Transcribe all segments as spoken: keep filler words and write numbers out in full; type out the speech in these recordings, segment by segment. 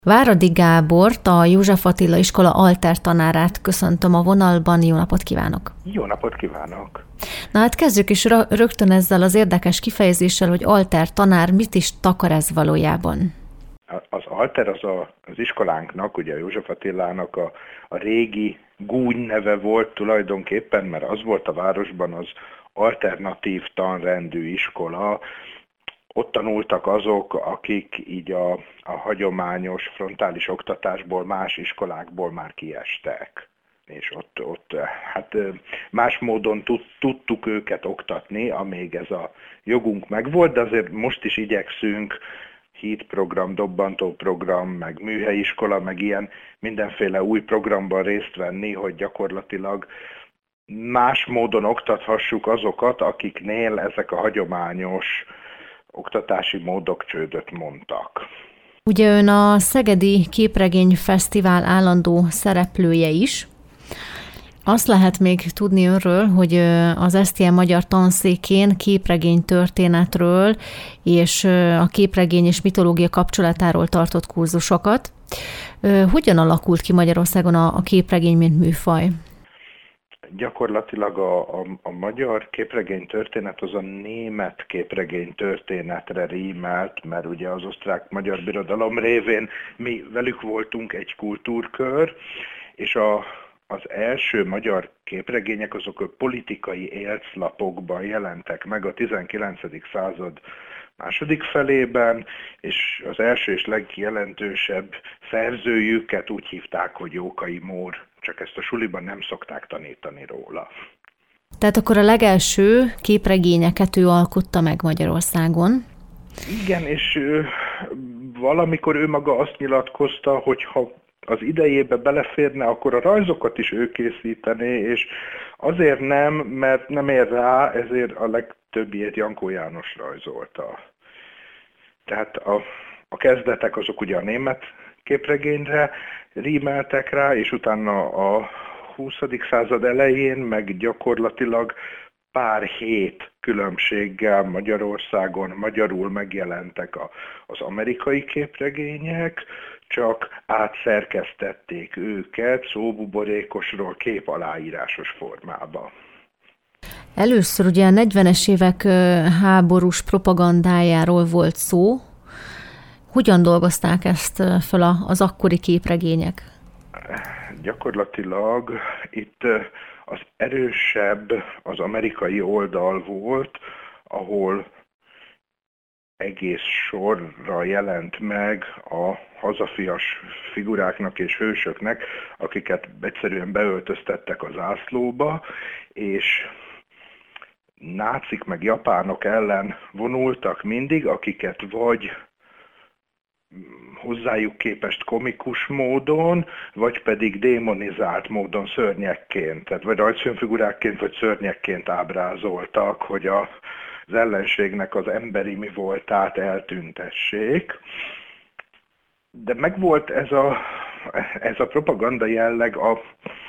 Váradi Gábort, a József Attila iskola altertanárát köszöntöm a vonalban. Jó napot kívánok! Jó napot kívánok! Na hát kezdjük is rögtön ezzel az érdekes kifejezéssel, hogy altertanár, mit is takar ez valójában? Az alter az a, az iskolánknak, ugye a József Attilának a, a régi gúny neve volt tulajdonképpen, mert az volt a városban az alternatív tanrendű iskola. Ott tanultak azok, akik így a, a hagyományos frontális oktatásból, más iskolákból már kiestek. És ott, ott hát más módon tud, tudtuk őket oktatni, amíg ez a jogunk megvolt, de azért most is igyekszünk hídprogram, dobbantóprogram, meg műhelyiskola, meg ilyen mindenféle új programban részt venni, hogy gyakorlatilag más módon oktathassuk azokat, akiknél ezek a hagyományos oktatási módok csődöt mondtak. Ugye ön a Szegedi Képregény Fesztivál állandó szereplője is. Azt lehet még tudni önről, hogy az es té em Magyar Tanszékén képregény történetről és a képregény és mitológia kapcsolatáról tartott kurzusokat. Hogyan alakult ki Magyarországon a, a képregény, mint műfaj? Gyakorlatilag a, a, a magyar képregény történet az a német képregény történetre rímelt, mert ugye az osztrák-magyar birodalom révén mi velük voltunk egy kultúrkör, és a, az első magyar képregények azok a politikai élclapokban jelentek meg a tizenkilencedik század második felében, és az első és legjelentősebb szerzőjüket úgy hívták, hogy Jókai Mór, csak ezt a suliban nem szokták tanítani róla. Tehát akkor a legelső képregényeket ő alkotta meg Magyarországon. Igen, és ő, valamikor ő maga azt nyilatkozta, hogy ha az idejébe beleférne, akkor a rajzokat is ő készítené, és azért nem, mert nem ér rá, ezért a legtöbbiét Jankó János rajzolta. Tehát a, a kezdetek azok ugye a német képregényre rímeltek rá, és utána a huszadik század elején meg gyakorlatilag pár hét különbséggel Magyarországon magyarul megjelentek a, az amerikai képregények, csak átszerkesztették őket szóbuborékosról képaláírásos formába. Először ugye a negyvenes évek háborús propagandájáról volt szó. Hogyan dolgozták ezt fel az akkori képregények? Gyakorlatilag itt az erősebb az amerikai oldal volt, ahol egész sorra jelent meg a hazafias figuráknak és hősöknek, akiket egyszerűen beöltöztettek az zászlóba, és nácik meg japánok ellen vonultak mindig, akiket vagy hozzájuk képest komikus módon, vagy pedig démonizált módon szörnyekként, tehát vagy rajzfilmfigurákként, vagy szörnyekként ábrázoltak, hogy a, az ellenségnek az emberi mi voltát eltüntessék. De megvolt ez a, ez a propaganda jelleg a,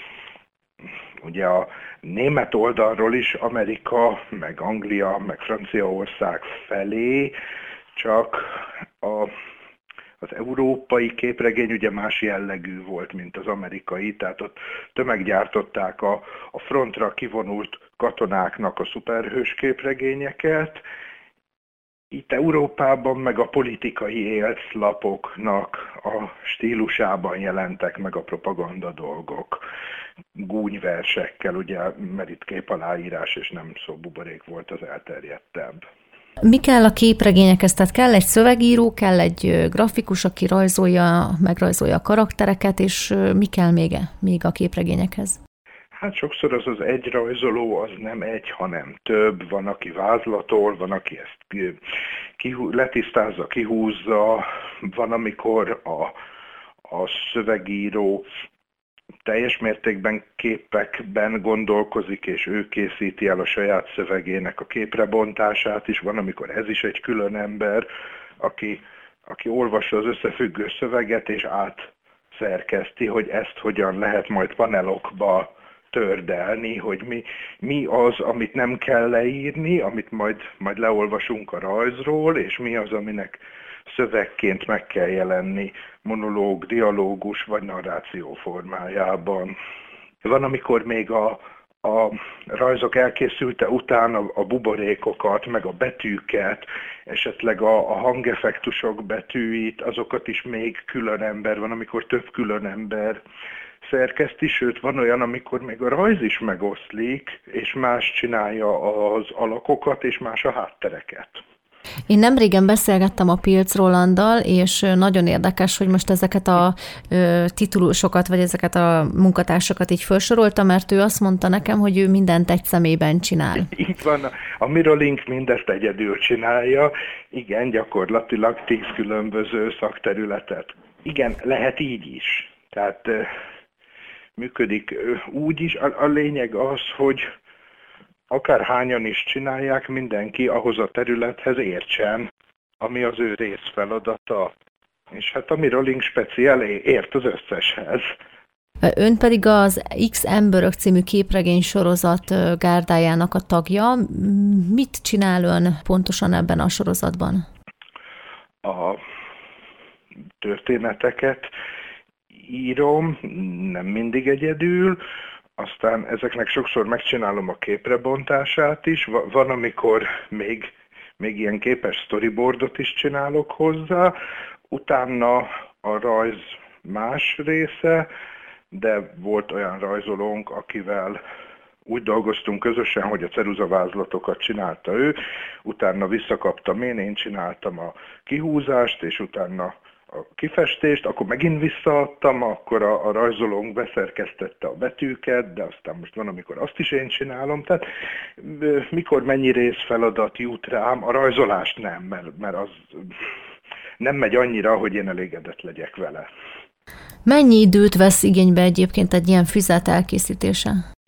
ugye a német oldalról is, Amerika, meg Anglia, meg Franciaország felé, csak a Az európai képregény ugye más jellegű volt, mint az amerikai, tehát ott tömeggyártották a, a frontra kivonult katonáknak a szuperhős képregényeket. Itt Európában meg a politikai élclapoknak a stílusában jelentek meg a propaganda dolgok. Gúnyversekkel, ugye, mert itt képaláírás és nem szóbuborék volt az elterjedtebb. Mi kell a képregényekhez? Tehát kell egy szövegíró, kell egy grafikus, aki rajzolja, megrajzolja a karaktereket, és mi kell még, még a képregényekhez? Hát sokszor az az egy rajzoló, az nem egy, hanem több. Van, aki vázlatol, van, aki ezt kihú, letisztázza, kihúzza, van, amikor a, a szövegíró teljes mértékben képekben gondolkozik, és ő készíti el a saját szövegének a képrebontását is. Van, amikor ez is egy külön ember, aki, aki olvassa az összefüggő szöveget, és átszerkeszti, hogy ezt hogyan lehet majd panelokba tördelni, hogy mi, mi az, amit nem kell leírni, amit majd, majd leolvasunk a rajzról, és mi az, aminek szövegként meg kell jelenni monológ, dialógus vagy narráció formájában. Van, amikor még a, a rajzok elkészülte után a, a buborékokat, meg a betűket, esetleg a, a hangeffektusok betűit, azokat is még külön ember van, amikor több külön ember szerkeszti, sőt van olyan, amikor még a rajz is megoszlik, és más csinálja az alakokat, és más a háttereket. Én nemrégen beszélgettem a Pilc Rolanddal, és nagyon érdekes, hogy most ezeket a ö, titulusokat, vagy ezeket a munkatársakat így felsorolta, mert ő azt mondta nekem, hogy ő mindent egy személyben csinál. Így van, a Mirrorlink mindezt egyedül csinálja, igen, gyakorlatilag tíz különböző szakterületet. Igen, lehet így is. Tehát működik úgy is. A, a lényeg az, hogy akárhányan is csinálják, mindenki ahhoz a területhez értsen, ami az ő részfeladata. És hát a Mirrorlink speciál ért az összeshez. Ön pedig az X Emberök című képregény sorozat gárdájának a tagja. Mit csinál ön pontosan ebben a sorozatban? A történeteket írom, nem mindig egyedül, aztán ezeknek sokszor megcsinálom a képrebontását is, van, amikor még, még ilyen képes storyboardot is csinálok hozzá, utána a rajz más része, de volt olyan rajzolónk, akivel úgy dolgoztunk közösen, hogy a ceruzavázlatokat csinálta ő, utána visszakaptam én, én csináltam a kihúzást, és utána a kifestést, akkor megint visszaadtam, akkor a, a rajzolónk beszerkesztette a betűket, de aztán most van, amikor azt is én csinálom, tehát mikor mennyi részfeladat jut rám, a rajzolást nem, mert, mert az nem megy annyira, hogy én elégedett legyek vele. Mennyi időt vesz igénybe egyébként egy ilyen füzet elkészítése?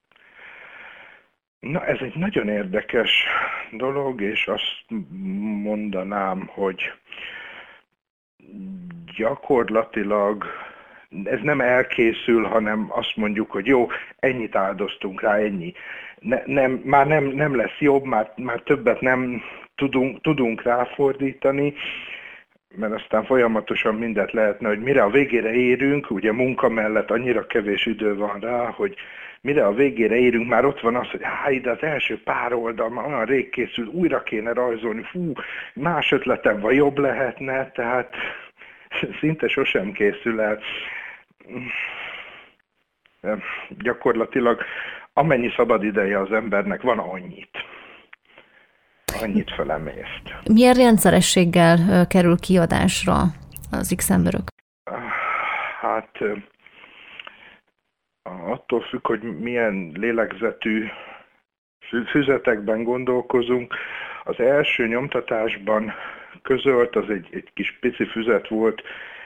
Na, ez egy nagyon érdekes dolog, és azt mondanám, hogy gyakorlatilag ez nem elkészül, hanem azt mondjuk, hogy jó, ennyit áldoztunk rá, ennyi. Ne, nem, már nem, nem lesz jobb, már, már többet nem tudunk, tudunk ráfordítani, mert aztán folyamatosan mindent lehetne, hogy mire a végére érünk, ugye munka mellett annyira kevés idő van rá, hogy mire a végére érünk, már ott van az, hogy há, ide az első pár oldal, már olyan rég készült, újra kéne rajzolni, fú, más ötletem van, jobb lehetne, tehát szinte sosem készül el. Gyakorlatilag amennyi szabad ideje az embernek van, annyit. Annyit felemészt. Milyen rendszerességgel kerül kiadásra az X-Emberök? Hát attól függ, hogy milyen lélegzetű füzetekben gondolkozunk. Az első nyomtatásban közölt, az egy, egy kis pici füzet volt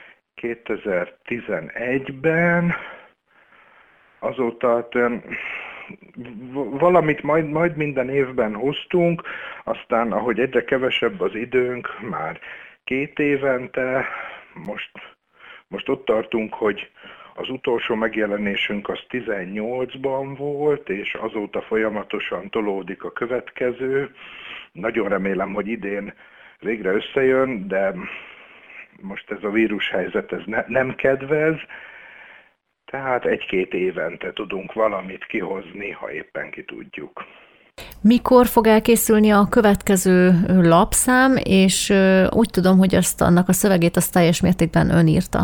kétezer-tizenegyben, azóta valamit majd, majd minden évben hoztunk, aztán ahogy egyre kevesebb az időnk, már két évente, most, most ott tartunk, hogy az utolsó megjelenésünk az tizennyolcban volt, és azóta folyamatosan tolódik a következő. Nagyon remélem, hogy idén végre összejön, de most ez a vírushelyzet ez ne, nem kedvez, tehát egy-két évente tudunk valamit kihozni, ha éppen ki tudjuk. Mikor fog elkészülni a következő lapszám, és úgy tudom, hogy azt annak a szövegét azt teljes mértékben ön írta.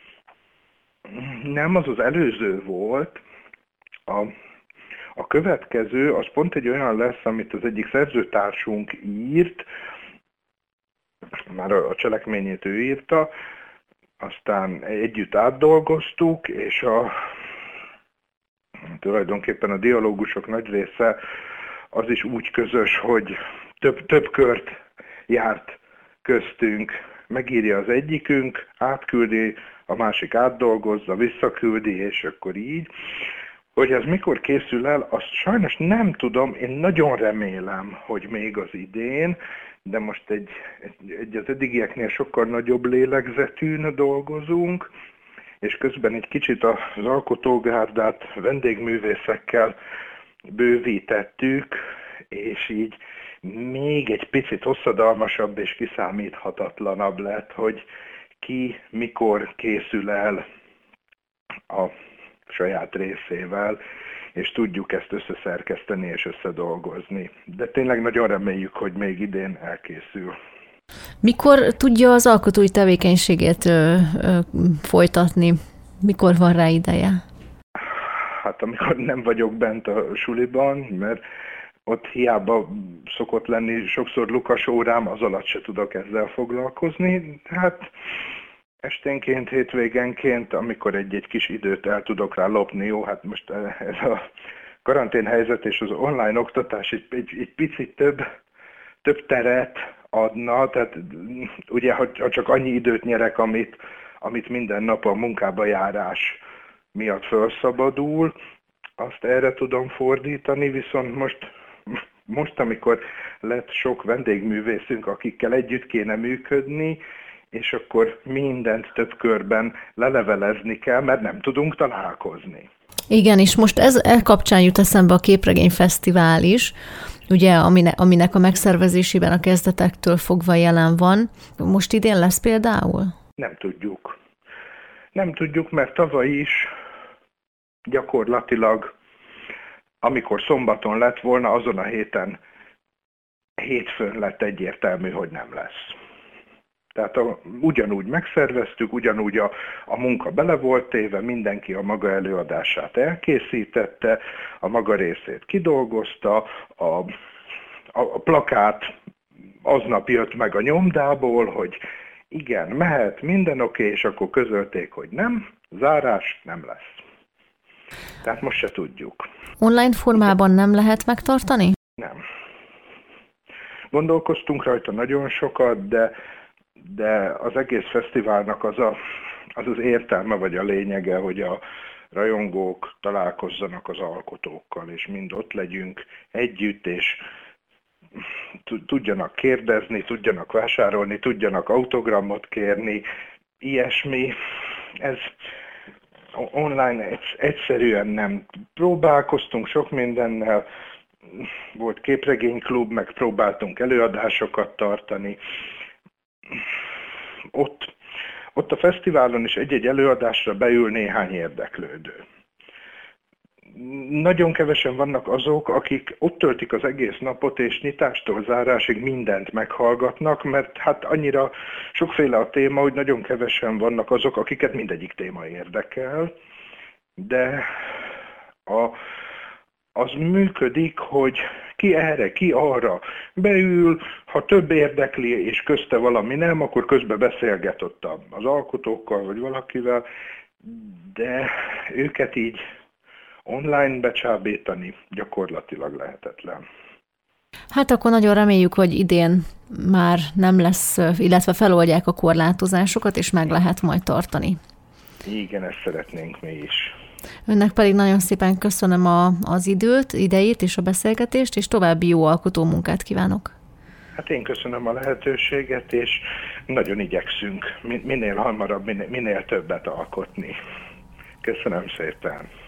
Nem, az az előző volt. A, a következő, az pont egy olyan lesz, amit az egyik szerzőtársunk írt, már a, a cselekményét ő írta, aztán együtt átdolgoztuk, és a, tulajdonképpen a dialógusok nagy része az is úgy közös, hogy több, több kört járt köztünk. Megírja az egyikünk, átküldi, a másik átdolgozza, visszaküldi, és akkor így. Hogy ez mikor készül el, azt sajnos nem tudom, én nagyon remélem, hogy még az idén, de most egy, egy, egy az eddigieknél sokkal nagyobb lélegzetűn dolgozunk, és közben egy kicsit az alkotógárdát vendégművészekkel bővítettük, és így még egy picit hosszadalmasabb és kiszámíthatatlanabb lett, hogy ki mikor készül el a saját részével, és tudjuk ezt összeszerkeszteni és összedolgozni. De tényleg nagyon reméljük, hogy még idén elkészül. Mikor tudja az alkotói tevékenységét ö, ö, folytatni? Mikor van rá ideje? Hát amikor nem vagyok bent a suliban, mert ott hiába szokott lenni sokszor lukas órám, az alatt se tudok ezzel foglalkozni. Hát esténként, hétvégenként, amikor egy-egy kis időt el tudok rá lopni, jó, hát most ez a karanténhelyzet és az online oktatás egy, egy, egy picit több, több teret adna, tehát ugye, ha, ha csak annyi időt nyerek, amit, amit minden nap a munkába járás miatt felszabadul, azt erre tudom fordítani, viszont most, most, amikor lett sok vendégművészünk, akikkel együtt kéne működni, és akkor mindent több körben lelevelezni kell, mert nem tudunk találkozni. Igen, és most ez e kapcsán jut eszembe a Képregény Fesztivál is, ugye, amine, aminek a megszervezésében a kezdetektől fogva jelen van. Most idén lesz például? Nem tudjuk. Nem tudjuk, mert tavaly is gyakorlatilag, amikor szombaton lett volna, azon a héten, hétfőn lett egyértelmű, hogy nem lesz. Tehát a, ugyanúgy megszerveztük, ugyanúgy a, a munka bele volt téve, mindenki a maga előadását elkészítette, a maga részét kidolgozta, a, a, a plakát aznap jött meg a nyomdából, hogy igen, mehet, minden oké, és akkor közölték, hogy nem, zárás nem lesz. Tehát most se tudjuk. Online formában nem lehet megtartani? Nem. Gondolkoztunk rajta nagyon sokat, de de az egész fesztiválnak az, a, az az értelme vagy a lényege, hogy a rajongók találkozzanak az alkotókkal, és mind ott legyünk együtt, és tudjanak kérdezni, tudjanak vásárolni, tudjanak autogramot kérni, ilyesmi. Ez online egyszerűen nem. Próbálkoztunk sok mindennel, volt képregényklub, meg próbáltunk előadásokat tartani. Ott, ott a fesztiválon is egy-egy előadásra beül néhány érdeklődő. Nagyon kevesen vannak azok, akik ott töltik az egész napot, és nyitástól zárásig mindent meghallgatnak, mert hát annyira sokféle a téma, hogy nagyon kevesen vannak azok, akiket mindegyik téma érdekel, de a, az működik, hogy ki erre, ki arra beül, ha több érdekli, és közte valami nem, akkor közben beszélget ott az alkotókkal, vagy valakivel, de őket így online becsábítani gyakorlatilag lehetetlen. Hát akkor nagyon reméljük, hogy idén már nem lesz, illetve feloldják a korlátozásokat, és meg lehet majd tartani. Igen, ezt szeretnénk mi is. Önnek pedig nagyon szépen köszönöm a, az időt, idejét és a beszélgetést, és további jó alkotó munkát kívánok. Hát én köszönöm a lehetőséget, és nagyon igyekszünk minél hamarabb, minél, minél többet alkotni. Köszönöm szépen.